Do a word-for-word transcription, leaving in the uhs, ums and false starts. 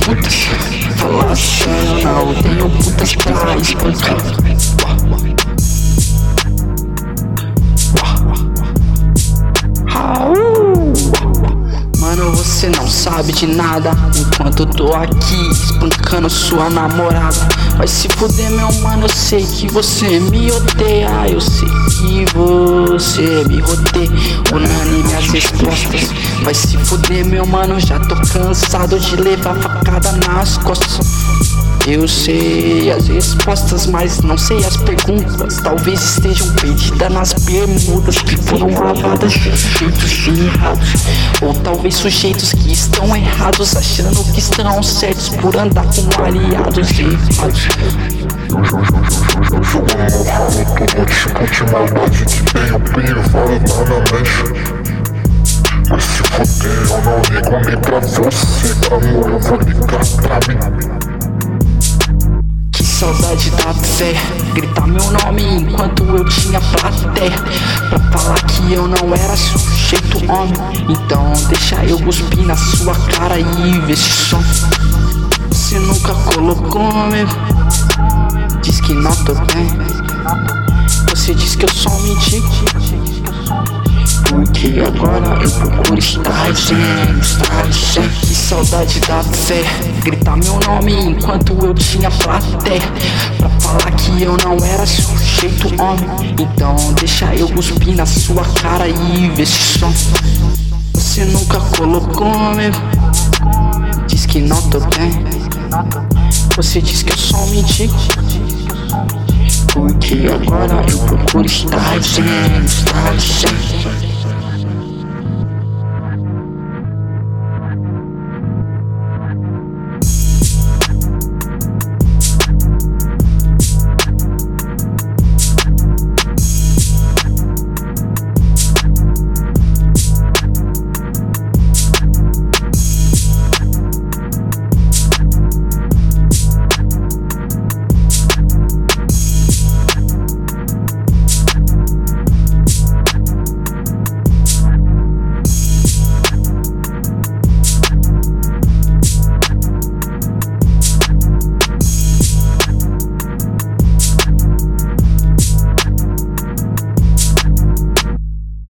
perguntas. Fala sério, não tenho putas pra espancar. Mano, você não sabe de nada enquanto eu tô aqui espancando sua namorada. Vai se fuder, meu mano, eu sei que você me odeia. Eu sei que você me rodeia. Unânime as respostas. Vai se fuder, meu mano, já tô cansado de levar facada nas costas. Eu sei as respostas, mas não sei as perguntas. Talvez estejam perdidas nas bermudas que foram lavadas de sujeitos errados. Ou talvez sujeitos que estão errados, achando que estão certos por andar com aliados errados. Eu jogo no ralo todo tipo de maldade que tem o pino falando na mente. Vai se fuder, eu não ligo nem pra você, amor, eu vou ligar pra mim. Saudade da fé, gritar meu nome enquanto eu tinha plateia, pra falar que eu não era sujeito homem. Então deixa eu cuspir na sua cara e ver se som. Você nunca colocou, meu. Diz que não tô bem. Você diz que eu sou um mendigo, porque agora eu procuro estar dizendo, estar dizendo. Que saudade da fé, gritar meu nome enquanto eu tinha plateia, pra falar que eu não era sujeito homem. Então deixa eu cuspir na sua cara e ver se som. Você nunca colocou, meu. Diz que não tô bem. Você diz que eu sou um mendigo, porque agora eu procuro estar dizendo, estar dizendo.